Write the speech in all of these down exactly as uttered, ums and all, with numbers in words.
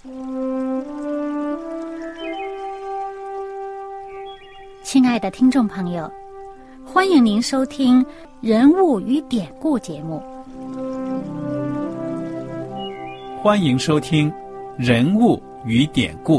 亲爱的听众朋友，欢迎您收听《人物与典故》节目。 欢迎收听《人物与典故》。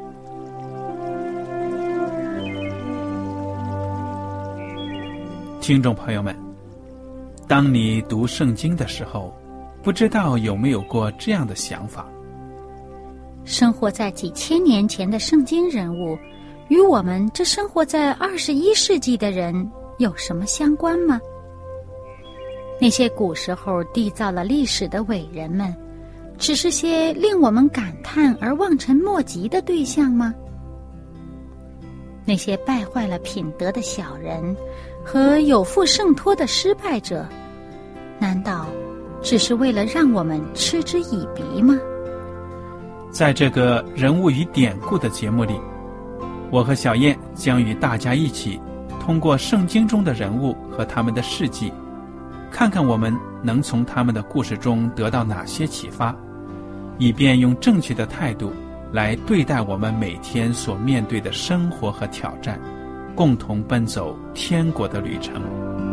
听众朋友们，当你读圣经的时候，不知道有没有过这样的想法： 生活在几千年前的圣经人物，与我们这生活在二十一世纪的人有什么相关吗？那些古时候缔造了历史的伟人们，只是些令我们感叹而望尘莫及的对象吗？那些败坏了品德的小人和有负圣托的失败者，难道只是为了让我们嗤之以鼻吗？ 在这个人物与典故的节目里，我和小燕将与大家一起通过圣经中的人物和他们的事迹，看看我们能从他们的故事中得到哪些启发，以便用正确的态度来对待我们每天所面对的生活和挑战，共同奔走天国的旅程。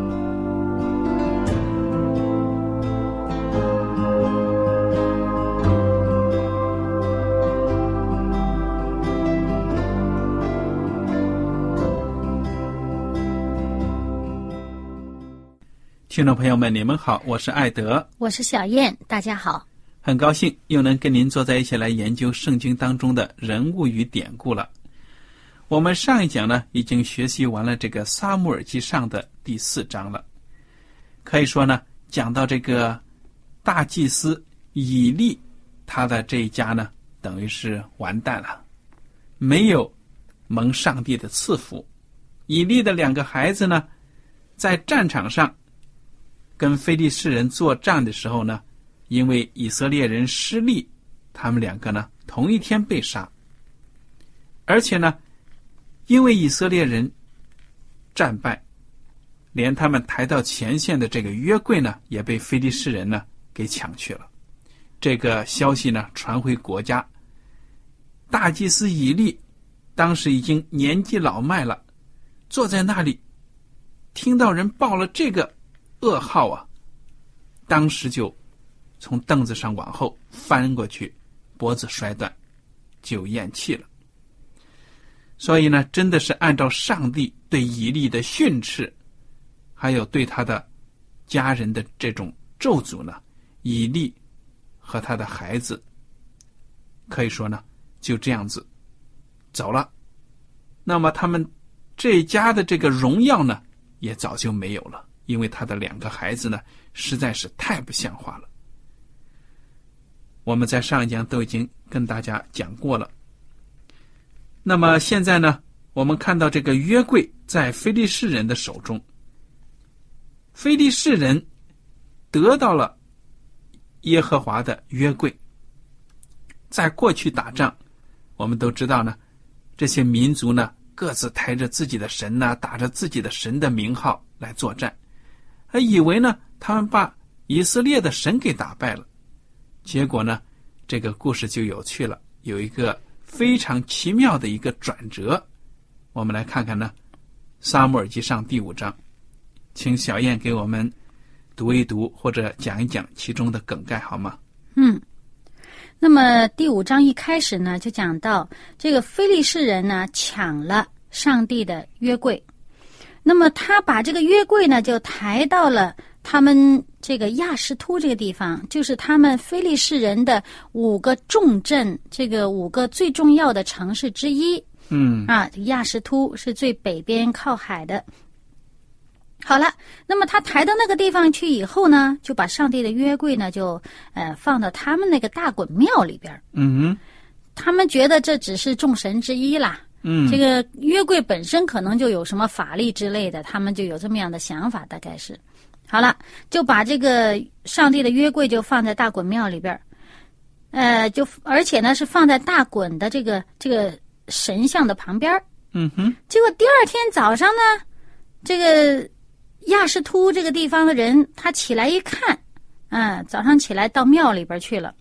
听众朋友们，你们好，我是艾德， 我是小燕，大家好。 很高兴又能跟您坐在一起来研究圣经当中的人物与典故了。我们上一讲呢，已经学习完了这个撒母耳记上的第四章了。可以说呢，讲到这个大祭司以利，他的这一家呢，等于是完蛋了，没有蒙上帝的赐福。以利的两个孩子呢，在战场上跟非利士人作战的时候呢，因为以色列人失利，他们两个呢同一天被杀。而且呢，因为以色列人战败，连他们抬到前线的这个约柜呢，也被非利士人呢给抢去了。这个消息呢传回国家，大祭司以利当时已经年纪老迈了，坐在那里，听到人报了这个噩耗啊，当时就从凳子上往后翻过去，脖子摔断，就咽气了。所以呢，真的是按照上帝对以利的训斥，还有对他的家人的这种咒诅呢，以利和他的孩子可以说呢就这样子走了。那么他们这家的这个荣耀呢也早就没有了，因为他的两个孩子呢实在是太不像话了。我们在上一讲都已经跟大家讲过了。那么现在呢，我们看到这个约柜在非利士人的手中，非利士人得到了耶和华的约柜。在过去打仗，我们都知道呢，这些民族呢各自抬着自己的神呢，打着自己的神的名号来作战，还以为呢他们把以色列的神给打败了。结果呢，这个故事就有趣了，有一个非常奇妙的一个转折。我们来看看呢，撒母耳记上第五章，请小燕给我们读一读或者讲一讲其中的梗概好吗？ 嗯，那么第五章一开始呢，就讲到这个非利士人呢抢了上帝的约柜，那么他把这个约柜呢就抬到了他们这个亚什突这个地方，就是他们非利士人的五个重镇，这个五个最重要的城市之一。 嗯啊，亚什突是最北边靠海的。好了，那么他抬到那个地方去以后呢，就把上帝的约柜呢就呃放到他们那个大衮庙里边。 嗯哼， 他们觉得这只是众神之一啦。 嗯， 这个约柜本身可能就有什么法力之类的，他们就有这么样的想法，大概是。好了，就把这个上帝的约柜就放在大衮庙里边，呃，就而且呢是放在大衮的这个这个神像的旁边。 嗯哼， 结果第二天早上呢，这个亚什突这个地方的人他起来一看，嗯，早上起来到庙里边去了，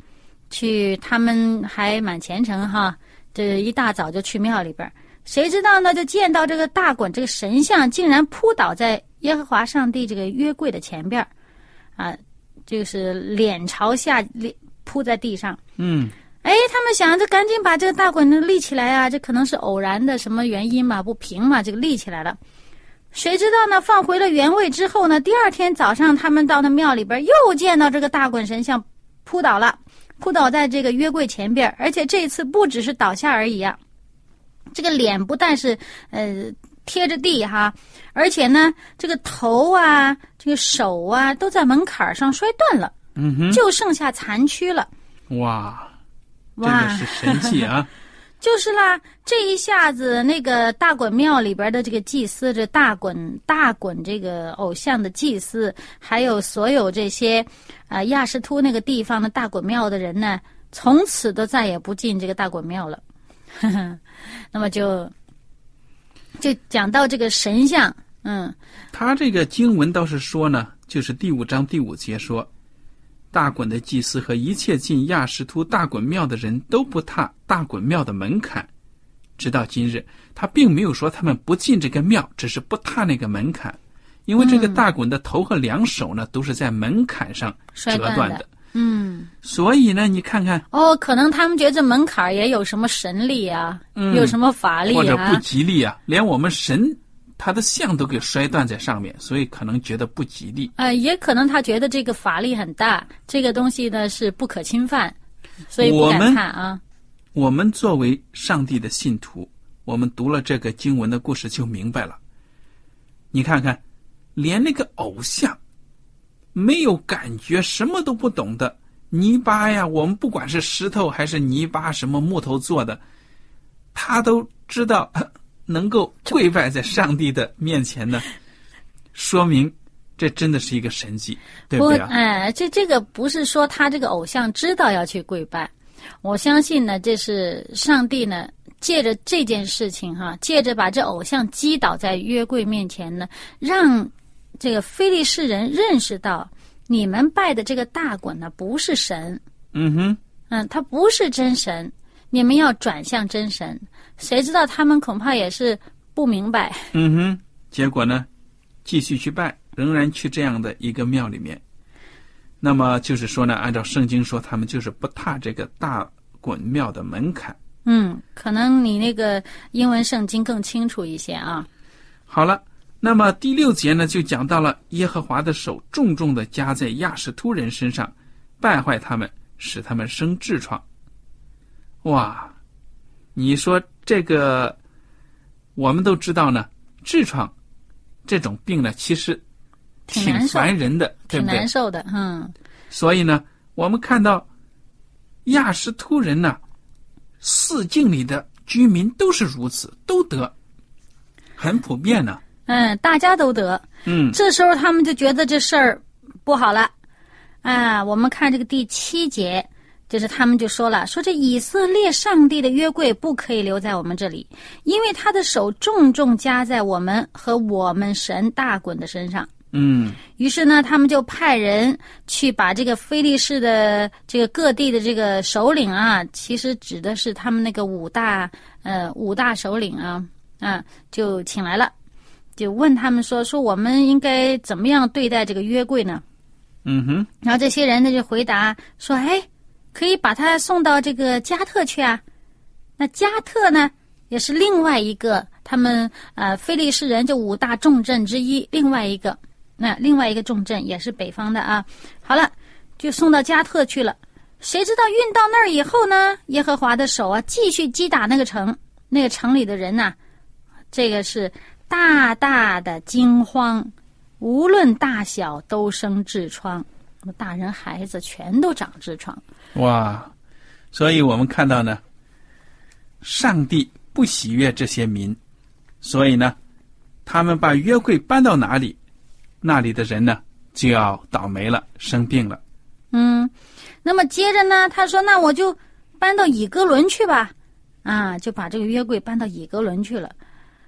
去，他们还蛮虔诚哈，这一大早就去庙里边，谁知道呢，就见到这个大衮这个神像竟然扑倒在耶和华上帝这个约柜的前边啊，就是脸朝下扑在地上。 嗯， 哎，他们想着赶紧把这个大衮立起来啊，这可能是偶然的什么原因嘛，不平嘛，这个立起来了。谁知道呢，放回了原位之后呢，第二天早上他们到那庙里边又见到这个大衮神像扑倒了，扑倒在这个约柜前边，而且这次不只是倒下而已啊，这个脸不但是呃贴着地哈，而且呢这个头啊这个手啊都在门槛上摔断了， 嗯哼， 就剩下残躯了。 哇，真的是神迹啊！ 就是啦，这一下子那个大衮庙里边的这个祭司，这大衮大衮这个偶像的祭司，还有所有这些啊、呃、亚什突那个地方的大衮庙的人呢，从此都再也不进这个大衮庙了。呵呵，那么就就讲到这个神像，嗯， 他这个经文倒是说呢，就是第五章第五节说，大衮的祭司和一切进亚什突大衮庙的人都不踏大衮庙的门槛，直到今日。他并没有说他们不进这个庙，只是不踏那个门槛，因为这个大衮的头和两手呢、嗯、都是在门槛上折断的。 嗯， 所以呢，你看看哦，可能他们觉得这门槛也有什么神力啊，嗯、有什么法力啊， 或者不吉利啊，连我们神他的像都给摔断在上面，所以可能觉得不吉利。 呃，也可能他觉得这个法力很大，这个东西呢是不可侵犯，所以不敢看啊。 我们, 我们作为上帝的信徒，我们读了这个经文的故事就明白了。你看看，连那个偶像没有感觉，什么都不懂的泥巴呀，我们不管是石头还是泥巴，什么木头做的，他都知道能够跪拜在上帝的面前呢，说明这真的是一个神迹，对不对啊？ 哎，这这个不是说他这个偶像知道要去跪拜，我相信呢，这是上帝呢借着这件事情哈，借着把这偶像击倒在约柜面前呢，让这个非利士人认识到，你们拜的这个大衮呢不是神， 嗯哼， 嗯，他不是真神，你们要转向真神。谁知道他们恐怕也是不明白。 嗯哼，结果呢，继续去拜，仍然去这样的一个庙里面。那么就是说呢，按照圣经说，他们就是不踏这个大衮庙的门槛。 嗯，可能你那个英文圣经更清楚一些啊。 好了，那么第六节呢，就讲到了耶和华的手重重地加在亚什突人身上，败坏他们，使他们生痔疮。哇，你说这个我们都知道呢，痔疮这种病呢其实挺烦人的，对不对？ 挺难受的，嗯。 所以呢，我们看到亚什突人呢，四境里的居民都是如此，都得，很普遍呢。 嗯，大家都得。 嗯， 这时候他们就觉得这事儿不好了。啊，我们看这个第七节，就是他们就说了，说这以色列上帝的约柜不可以留在我们这里，因为他的手重重加在我们和我们神大衮的身上。 嗯， 于是呢，他们就派人去把这个非利士的这个各地的这个首领啊，其实指的是他们那个五大呃五大首领啊啊，就请来了，就问他们说说我们应该怎么样对待这个约柜呢？ 嗯哼， 然后这些人呢就回答说，哎，可以把他送到这个加特去啊。那加特呢，也是另外一个他们呃非利士人就五大重镇之一，另外一个。那另外一个重镇也是北方的啊。好了，就送到加特去了。谁知道运到那儿以后呢，耶和华的手啊继续击打那个城，那个城里的人呐、啊，这个是大大的惊慌，无论大小都生痔疮，大人孩子全都长痔疮。 哇，所以我们看到呢，上帝不喜悦这些民，所以呢，他们把约柜搬到哪里，那里的人呢就要倒霉了，生病了。 嗯，那么接着呢，他说那我就搬到以哥伦去吧，啊，就把这个约柜搬到以哥伦去了。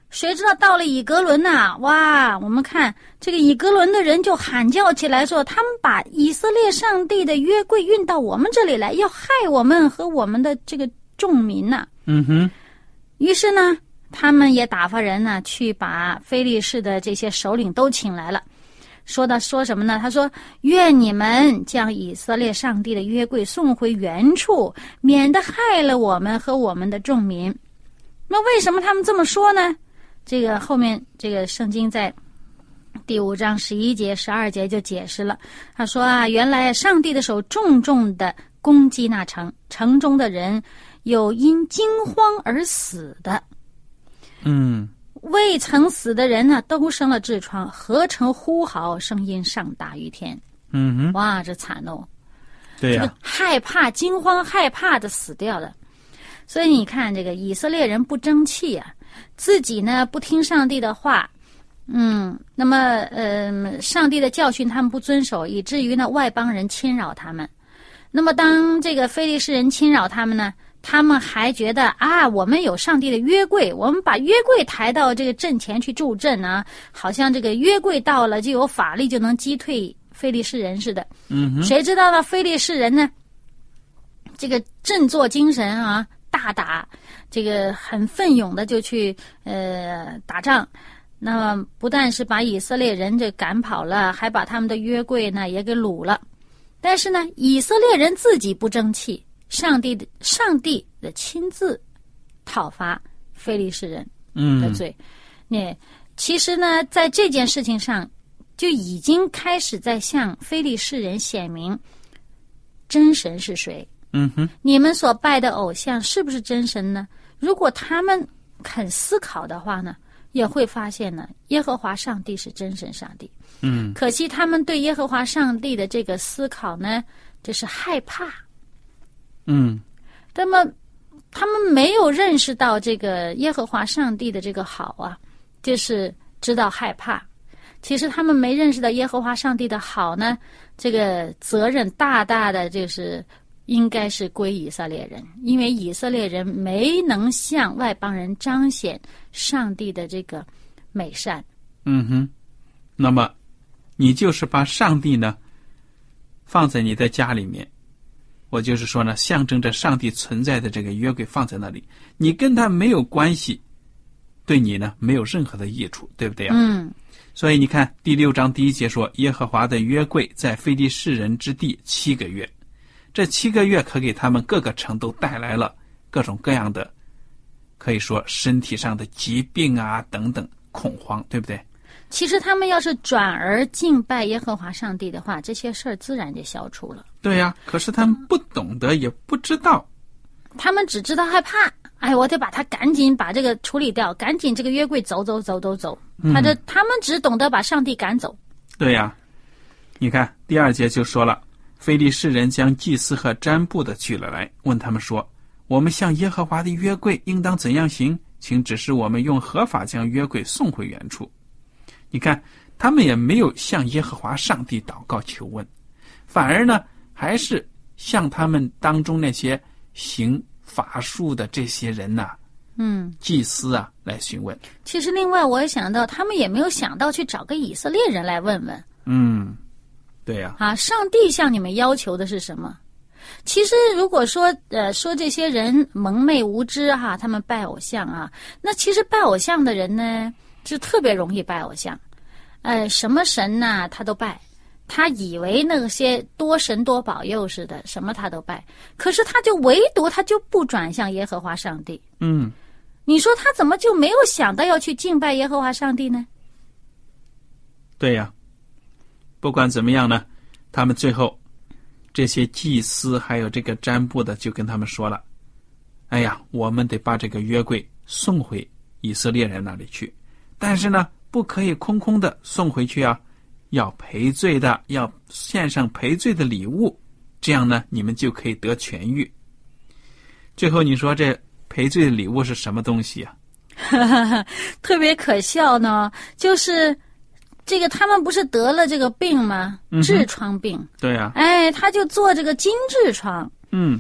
谁知道到了以格伦呐、啊，哇，我们看这个以格伦的人就喊叫起来说，他们把以色列上帝的约柜运到我们这里来，要害我们和我们的这个众民呐、啊。 嗯哼。 于是呢，他们也打发人呢去把非利士的这些首领都请来了，说的说什么呢？他说：愿你们将以色列上帝的约柜送回原处，免得害了我们和我们的众民。那为什么他们这么说呢？这个后面这个圣经在第五章十一节十二节就解释了，他说啊，原来上帝的手重重的攻击那城，城中的人有因惊慌而死的， 嗯， 未曾死的人呢，都生了痔疮，合成呼号，声音上大于天。 嗯哼， 哇，这惨哦！ 对呀、啊这个害怕、惊慌、害怕的死掉了。所以你看，这个以色列人不争气啊，自己呢不听上帝的话，嗯，那么呃，上帝的教训他们不遵守，以至于呢外邦人侵扰他们。那么当这个非利士人侵扰他们呢，他们还觉得啊，我们有上帝的约柜，我们把约柜抬到这个阵前去助阵啊，好像这个约柜到了就有法力，就能击退非利士人似的。 嗯哼， 谁知道呢？非利士人呢，这个振作精神啊，大打，这个很奋勇的就去呃打仗。那么不但是把以色列人这赶跑了，还把他们的约柜呢也给掳了。但是呢，以色列人自己不争气，上帝的上帝的亲自讨伐非利士人的罪。那、嗯、其实呢，在这件事情上，就已经开始在向非利士人显明真神是谁。 嗯哼， 你们所拜的偶像是不是真神呢？如果他们肯思考的话呢，也会发现呢，耶和华上帝是真神上帝。 嗯， 可惜他们对耶和华上帝的这个思考呢，就是害怕。 嗯， 那么他们没有认识到这个耶和华上帝的这个好啊，就是知道害怕。其实他们没认识到耶和华上帝的好呢，这个责任大大的就是应该是归以色列人，因为以色列人没能向外邦人彰显上帝的这个美善。 嗯哼，那么你就是把上帝呢放在你的家里面，我就是说呢，象征着上帝存在的这个约柜放在那里，你跟他没有关系，对你呢没有任何的益处，对不对啊？ 嗯。 所以你看第六章第一节说，耶和华的约柜在非利士人之地七个月，这七个月可给他们各个城都带来了各种各样的，可以说身体上的疾病啊等等恐慌，对不对？ 其实他们要是转而敬拜耶和华上帝的话，这些事儿自然就消除了。 对呀、啊，可是他们不懂得，也不知道， 他们只知道害怕。哎，我得把它赶紧把这个处理掉，赶紧这个约柜走走走走走。 嗯、 他的他们只懂得把上帝赶走。 对呀、啊，你看第二节就说了，非利士人将祭司和占卜的聚了来，问他们说：我们向耶和华的约柜应当怎样行？请指示我们用合法将约柜送回原处。你看他们也没有向耶和华上帝祷告求问，反而呢还是向他们当中那些行法术的这些人呐、啊， 嗯， 祭司啊来询问。 其实另外我也想到，他们也没有想到去找个以色列人来问问。 嗯，对呀、 啊，啊，上帝向你们要求的是什么？其实如果说呃说这些人蒙昧无知哈、啊，他们拜偶像啊，那其实拜偶像的人呢，就特别容易拜偶像，呃，什么神呐、啊、他都拜，他以为那些多神多保佑似的，什么他都拜，可是他就唯独他就不转向耶和华上帝。 嗯， 你说他怎么就没有想到要去敬拜耶和华上帝呢？ 对呀、啊，不管怎么样呢，他们最后这些祭司还有这个占卜的就跟他们说了，哎呀，我们得把这个约柜送回以色列人那里去，但是呢不可以空空的送回去啊，要赔罪的，要献上赔罪的礼物，这样呢你们就可以得痊愈。最后你说这赔罪的礼物是什么东西啊？ 特别可笑呢，就是这个他们不是得了这个病吗？痔疮病。 对啊。 哎，他就做这个金痔疮。 嗯。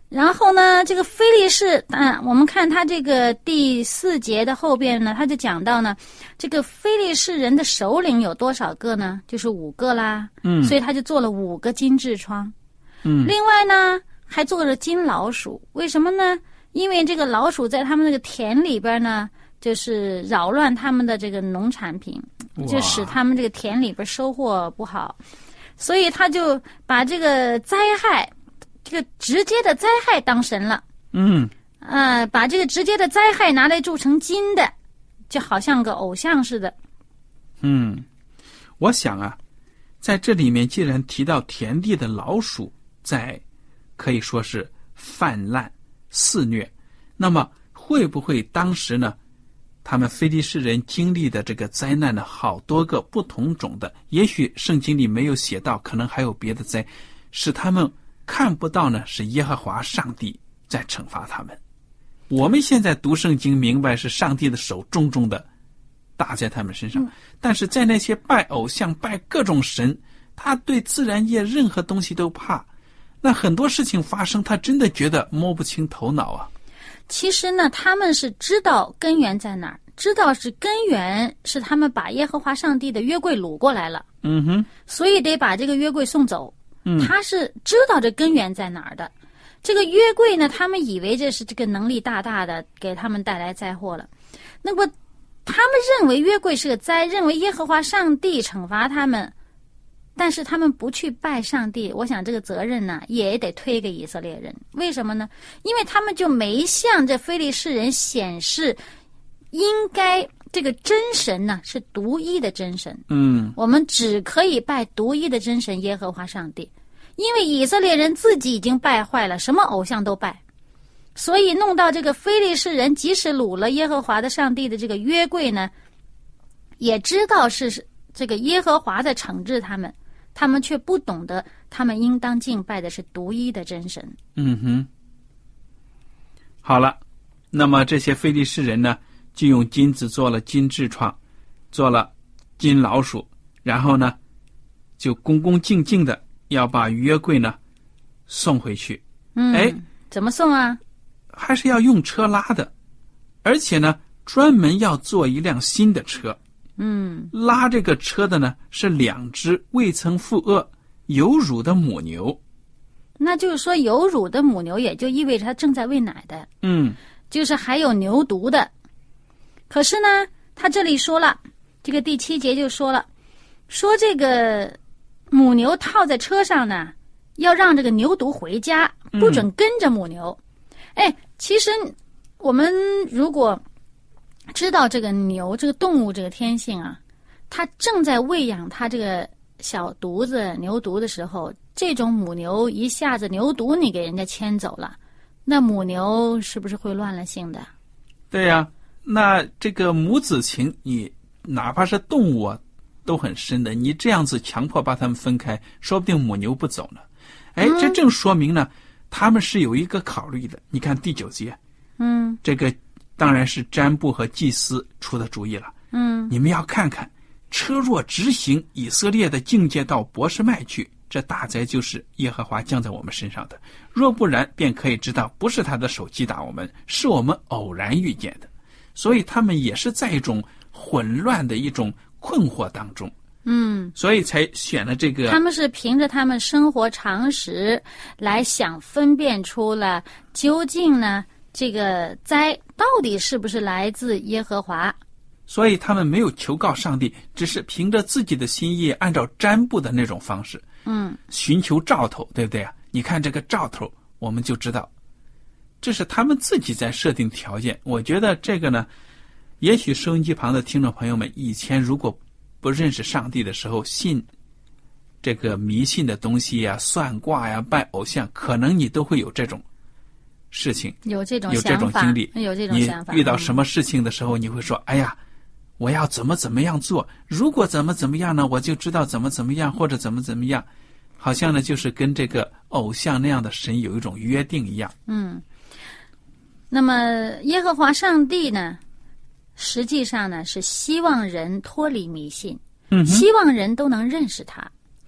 然后呢，这个非利士，啊，我们看他这个第四节的后边呢，他就讲到呢，这个非利士人的首领有多少个呢？就是五个啦。 嗯， 所以他就做了五个金痔疮。 嗯， 另外呢，还做了金老鼠。为什么呢？因为这个老鼠在他们那个田里边呢，就是扰乱他们的这个农产品，就使他们这个田里边收获不好。所以他就把这个灾害，这个直接的灾害当神了。 嗯， 呃，把这个直接的灾害拿来铸成金的，就好像个偶像似的。 嗯，我想啊，在这里面既然提到田地的老鼠在可以说是泛滥肆虐，那么会不会当时呢，他们非利士人经历的这个灾难呢，好多个不同种的，也许圣经里没有写到，可能还有别的灾，使他们看不到呢，是耶和华上帝在惩罚他们。我们现在读圣经明白是上帝的手重重的打在他们身上， 嗯， 但是在那些拜偶像拜各种神，他对自然界任何东西都怕，那很多事情发生他真的觉得摸不清头脑啊。 其实呢，他们是知道根源在哪儿，知道是根源是他们把耶和华上帝的约柜掳过来了， 嗯哼， 所以得把这个约柜送走。 嗯， 他是知道这根源在哪儿的。这个约柜呢，他们以为这是这个能力大大的给他们带来灾祸了。那么他们认为约柜是个灾，认为耶和华上帝惩罚他们，但是他们不去拜上帝，我想这个责任呢也得推给以色列人。为什么呢？因为他们就没向这非利士人显示应该这个真神呢是独一的真神。 嗯， 我们只可以拜独一的真神耶和华上帝。因为以色列人自己已经败坏了，什么偶像都拜，所以弄到这个非利士人即使掳了耶和华的上帝的这个约柜呢，也知道是这个耶和华在惩治他们，他们却不懂得他们应当敬拜的是独一的真神。 嗯哼，好了，那么这些非利士人呢，就用金子做了金痔疮，做了金老鼠，然后呢就恭恭敬敬的要把约柜呢送回去。 嗯， 哎， 怎么送啊？ 还是要用车拉的，而且呢专门要做一辆新的车。 嗯， 拉这个车的呢是两只未曾负轭有乳的母牛。 那就是说有乳的母牛也就意味着它正在喂奶的。 嗯， 就是还有牛犊的。可是呢他这里说了，这个第七节就说了，说这个母牛套在车上呢，要让这个牛犊回家，不准跟着母牛。嗯、哎，其实我们如果知道这个牛这个动物这个天性啊，它正在喂养它这个小犊子牛犊的时候，这种母牛一下子牛犊你给人家牵走了，那母牛是不是会乱了性的？ 对呀、啊，那这个母子情你哪怕是动物啊都很深的，你这样子强迫把它们分开，说不定母牛不走呢。哎，这正说明呢他们是有一个考虑的。你看第九节， 嗯， 这个当然是占卜和祭司出的主意了。 嗯， 你们要看看，车若直行以色列的境界到伯示麦去，这大灾就是耶和华降在我们身上的。若不然，便可以知道不是他的手击打我们，是我们偶然遇见的。所以他们也是在一种混乱的一种困惑当中。 嗯， 所以才选了这个。 他们是凭着他们生活常识来想分辨出了究竟呢这个灾到底是不是来自耶和华。 所以他们没有求告上帝，只是凭着自己的心意，按照占卜的那种方式， 嗯， 寻求兆头，对不对啊？你看这个兆头，我们就知道，这是他们自己在设定条件。我觉得这个呢，也许收音机旁的听众朋友们以前如果不认识上帝的时候，信这个迷信的东西呀、算卦呀、拜偶像，可能你都会有这种事情， 有这种有这种经历， 有这种想法。 你遇到什么事情的时候，你会说：“哎呀，我要怎么怎么样做？如果怎么怎么样呢，我就知道怎么怎么样，或者怎么怎么样。”好像呢，就是跟这个偶像那样的神有一种约定一样。 嗯，那么耶和华上帝呢，实际上呢是希望人脱离迷信， 嗯， 希望人都能认识他。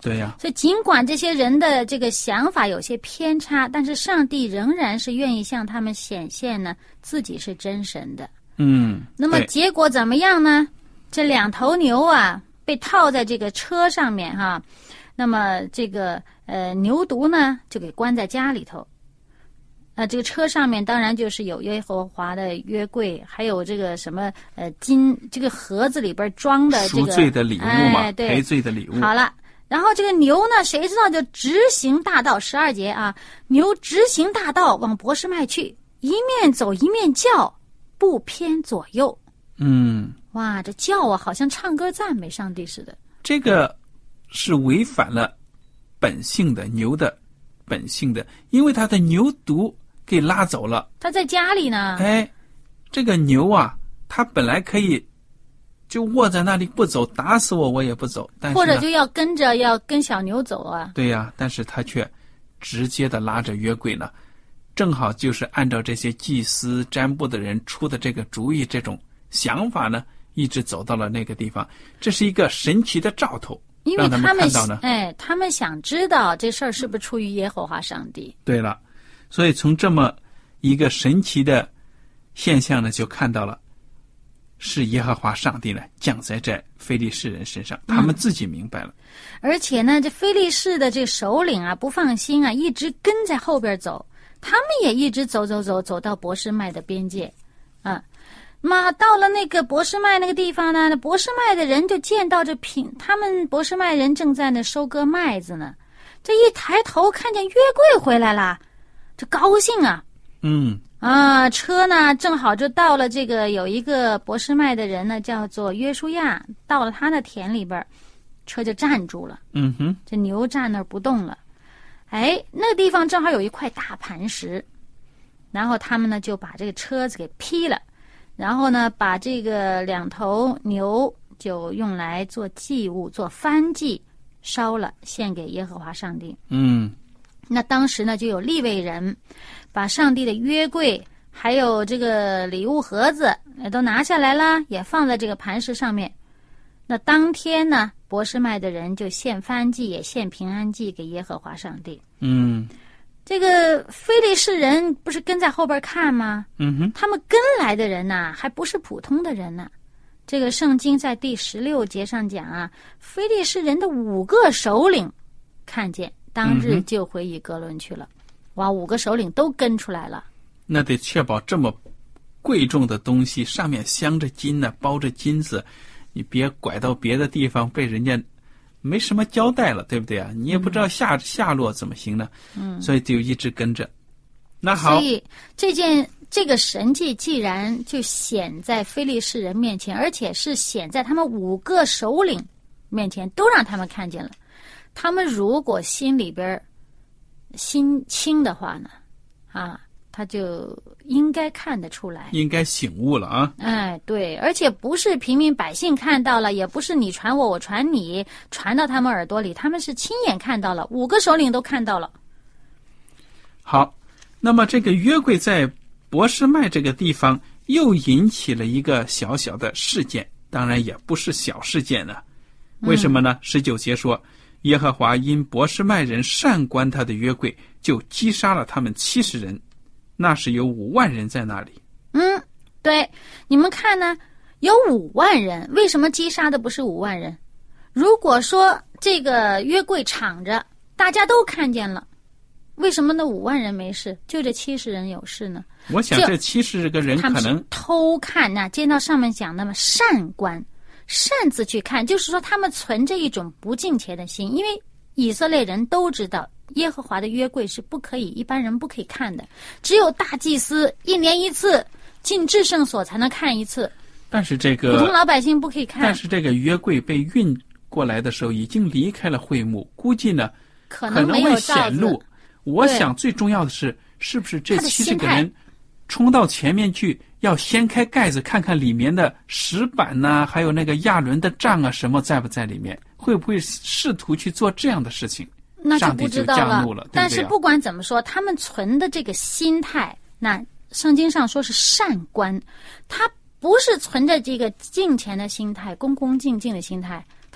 对呀、啊。 所以尽管这些人的这个想法有些偏差，但是上帝仍然是愿意向他们显现呢，自己是真神的。 嗯。 那么结果怎么样呢？这两头牛啊，被套在这个车上面哈、啊，那么这个呃牛犊呢，就给关在家里头。啊，这个车上面当然就是有耶和华的约柜，还有这个什么呃金这个盒子里边装的这个赎罪的礼物嘛， 哎、对， 赔罪的礼物。 好了，然后这个牛呢，谁知道就直行大道，十二节啊，牛直行大道往博士麦去，一面走一面叫，不偏左右。 嗯， 哇，这叫啊，好像唱歌赞美上帝似的。 这个是违反了本性的牛的本性的，因为它的牛犊给拉走了。 他在家里呢。 哎，这个牛啊，它本来可以就卧在那里不走，打死我我也不走。但是或者就要跟着要跟小牛走啊。 对呀、啊，但是他却直接的拉着约柜呢，正好就是按照这些祭司占卜的人出的这个主意，这种想法呢，一直走到了那个地方。这是一个神奇的兆头， 因为让他们看到呢， 哎，他们想知道这事儿是不是出于耶和华上帝。 对了，所以从这么一个神奇的现象呢，就看到了是耶和华上帝呢降在这非利士人身上，他们自己明白了。 嗯、而且呢，这非利士的这首领啊不放心啊，一直跟在后边走，他们也一直走走走走到博士麦的边界啊。嘛，到了那个博士麦那个地方呢，那博士麦的人就见到这平，他们博士麦人正在那收割麦子呢。这一抬头看见约柜回来了，这高兴啊！ 嗯啊，车呢正好就到了这个有一个博士麦的人呢，叫做约书亚，到了他的田里边，车就站住了。 嗯哼， 这牛站那儿不动了。哎，那个地方正好有一块大磐石，然后他们呢就把这个车子给劈了。然后呢，把这个两头牛就用来做祭物，做燔祭，烧了，献给耶和华上帝。 嗯， 那当时呢，就有利未人把上帝的约柜还有这个礼物盒子都拿下来了，也放在这个磐石上面。那当天呢，博士麦的人就献燔祭，也献平安祭给耶和华上帝。 嗯。 这个非利士人不是跟在后边看吗？ 嗯哼， 他们跟来的人呐、啊，还不是普通的人呢、啊。这个圣经在第十六节上讲啊，非利士人的五个首领看见，当日就回以哥伦去了。嗯、哇，五个首领都跟出来了。 那得确保这么贵重的东西，上面镶着金呢，包着金子，你别拐到别的地方被人家。没什么交代了，对不对啊？你也不知道下、嗯、下落怎么行呢？嗯，所以就一直跟着。那好， 所以这件这个神迹既然就显在非利士人面前，而且是显在他们五个首领面前，都让他们看见了。他们如果心里边心轻的话呢，啊，他就应该看得出来， 应该醒悟了啊！ 哎，对，而且不是平民百姓看到了，也不是你传我，我传你，传到他们耳朵里，他们是亲眼看到了，五个首领都看到了。 好，那么这个约柜在博士麦这个地方又引起了一个小小的事件，当然也不是小事件呢。为什么呢？十九节说，耶和华因博士麦人擅观他的约柜，就击杀了他们七十人。那是有五万人在那里。 嗯，对，你们看呢，有五万人，为什么击杀的不是五万人？如果说这个约柜敞着，大家都看见了，为什么那五万人没事，就这七十人有事呢？ 我想这七十个人可能偷看呐、啊，见到上面讲的嘛，善观，擅自去看，就是说他们存着一种不敬虔的心，因为以色列人都知道。耶和华的约柜是不可以一般人不可以看的，只有大祭司一年一次进至圣所才能看一次。 但是这个普通老百姓不可以看。 但是这个约柜被运过来的时候，已经离开了会幕，估计呢可能没有会显露。我想最重要的是，是不是这七十个人冲到前面去，要掀开盖子看看里面的石板呐、啊，还有那个亚伦的杖啊，什么在不在里面？会不会试图去做这样的事情？ 那就不知道了。 了对对但是不管怎么说，他们存的这个心态，那圣经上说是善观，他不是存着这个敬虔的心态、恭恭敬敬的心态，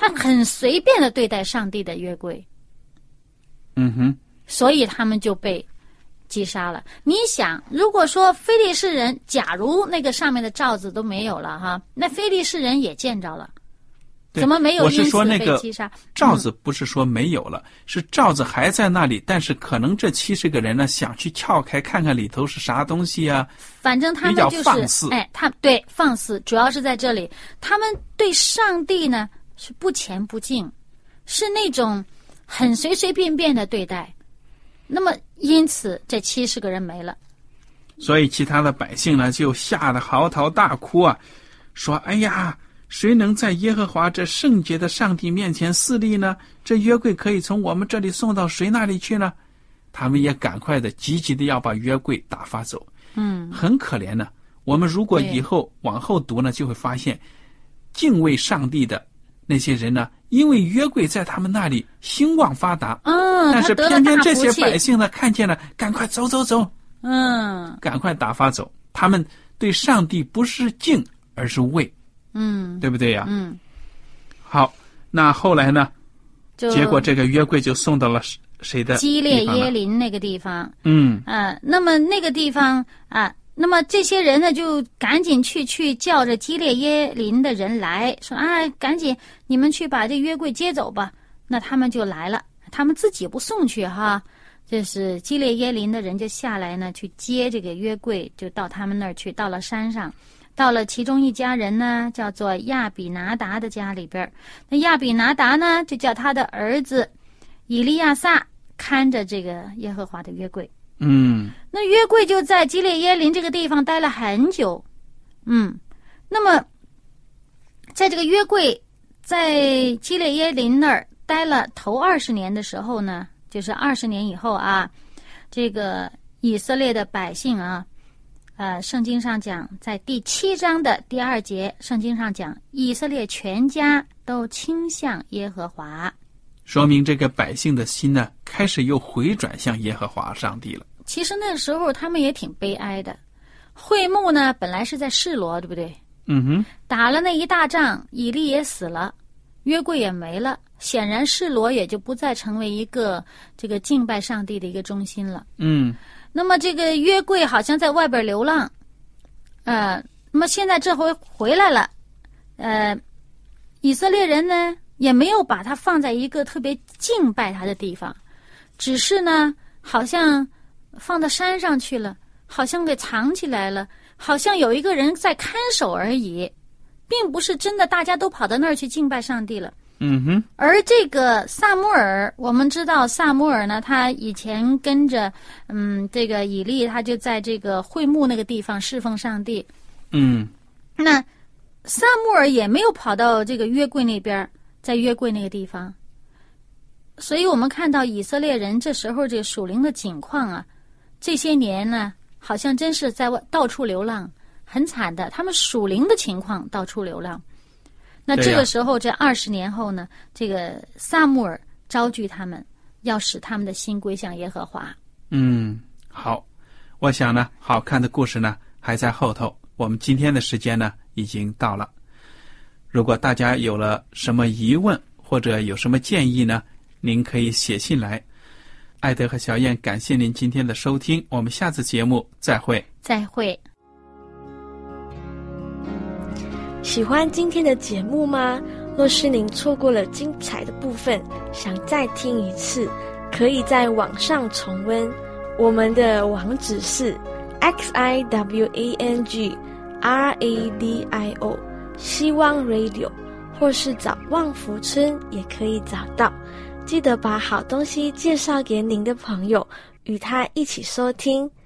他很随便的对待上帝的约柜。 嗯哼， 所以他们就被击杀了。你想，如果说非利士人，假如那个上面的罩子都没有了哈，那非利士人也见着了，怎么没有因此被击杀？ 罩子不是说没有了，嗯、是罩子还在那里，但是可能这七十个人呢想去撬开看看里头是啥东西啊。 反正他们就是比较放肆， 哎，他对放肆，主要是在这里，他们对上帝呢是不前不敬，是那种很随随便便的对待。那么因此这七十个人没了， 所以其他的百姓呢就吓得嚎啕大哭啊，说哎呀，谁能在耶和华这圣洁的上帝面前侍立呢？这约柜可以从我们这里送到谁那里去呢？他们也赶快的积极的要把约柜打发走。 嗯， 很可怜呢。我们如果以后往后读呢，就会发现敬畏上帝的那些人呢，因为约柜在他们那里兴旺发达， 嗯， 但是偏偏这些百姓呢，看见了，赶快走走走， 嗯， 赶快打发走。他们对上帝不是敬，而是畏， 嗯， 对不对呀？ 嗯， 好，那后来呢？结果这个约柜就送到了谁的基列耶林那个地方？ 嗯， 啊，那么那个地方啊。那么这些人呢，就赶紧去去叫着基列耶林的人来说啊，赶紧你们去把这约柜接走吧。那他们就来了，他们自己不送去哈，这是基列耶林的人就下来呢，去接这个约柜，就到他们那儿去，到了山上，到了其中一家人呢，叫做亚比拿达的家里边。那亚比拿达呢，就叫他的儿子以利亚撒看着这个耶和华的约柜。 嗯， 那约柜就在基列耶林这个地方待了很久。嗯，那么在这个约柜在基列耶林那儿待了头二十年的时候呢，就是二十年以后啊，这个以色列的百姓啊，呃，圣经上讲，在第七章的第二节，圣经上讲，以色列全家都倾向耶和华， 说明这个百姓的心呢，开始又回转向耶和华上帝了。 其实那时候他们也挺悲哀的，会幕呢本来是在示罗，对不对？ 嗯哼， 打了那一大仗，以利也死了，约柜也没了，显然示罗也就不再成为一个这个敬拜上帝的一个中心了。 嗯， 那么这个约柜好像在外边流浪，呃，那么现在这回回来了，呃，以色列人呢也没有把它放在一个特别敬拜他的地方，只是呢好像放到山上去了，好像给藏起来了，好像有一个人在看守而已，并不是真的大家都跑到那儿去敬拜上帝了。 嗯哼。 而这个撒母耳，我们知道撒母耳呢，他以前跟着嗯这个以利，他就在这个会幕那个地方侍奉上帝。 嗯， 那撒母耳也没有跑到这个约柜那边，在约柜那个地方。所以我们看到以色列人这时候这个属灵的景况啊，这些年呢，好像真是在外到处流浪，很惨的。他们属灵的情况到处流浪。那这个时候，这二十年后呢，这个撒母耳招聚他们，要使他们的心归向耶和华。 嗯，好，我想呢，好看的故事呢还在后头。我们今天的时间呢已经到了。如果大家有了什么疑问或者有什么建议呢，您可以写信来。艾德和小燕，感谢您今天的收听，我们下次节目再会。 再会。 喜欢今天的节目吗？若是您错过了精彩的部分，想再听一次，可以在网上重温。我们的网址是 x i w a n g r a d i o 希望 radio， 或是找旺福村也可以找到。记得把好东西介绍给您的朋友，与他一起收听。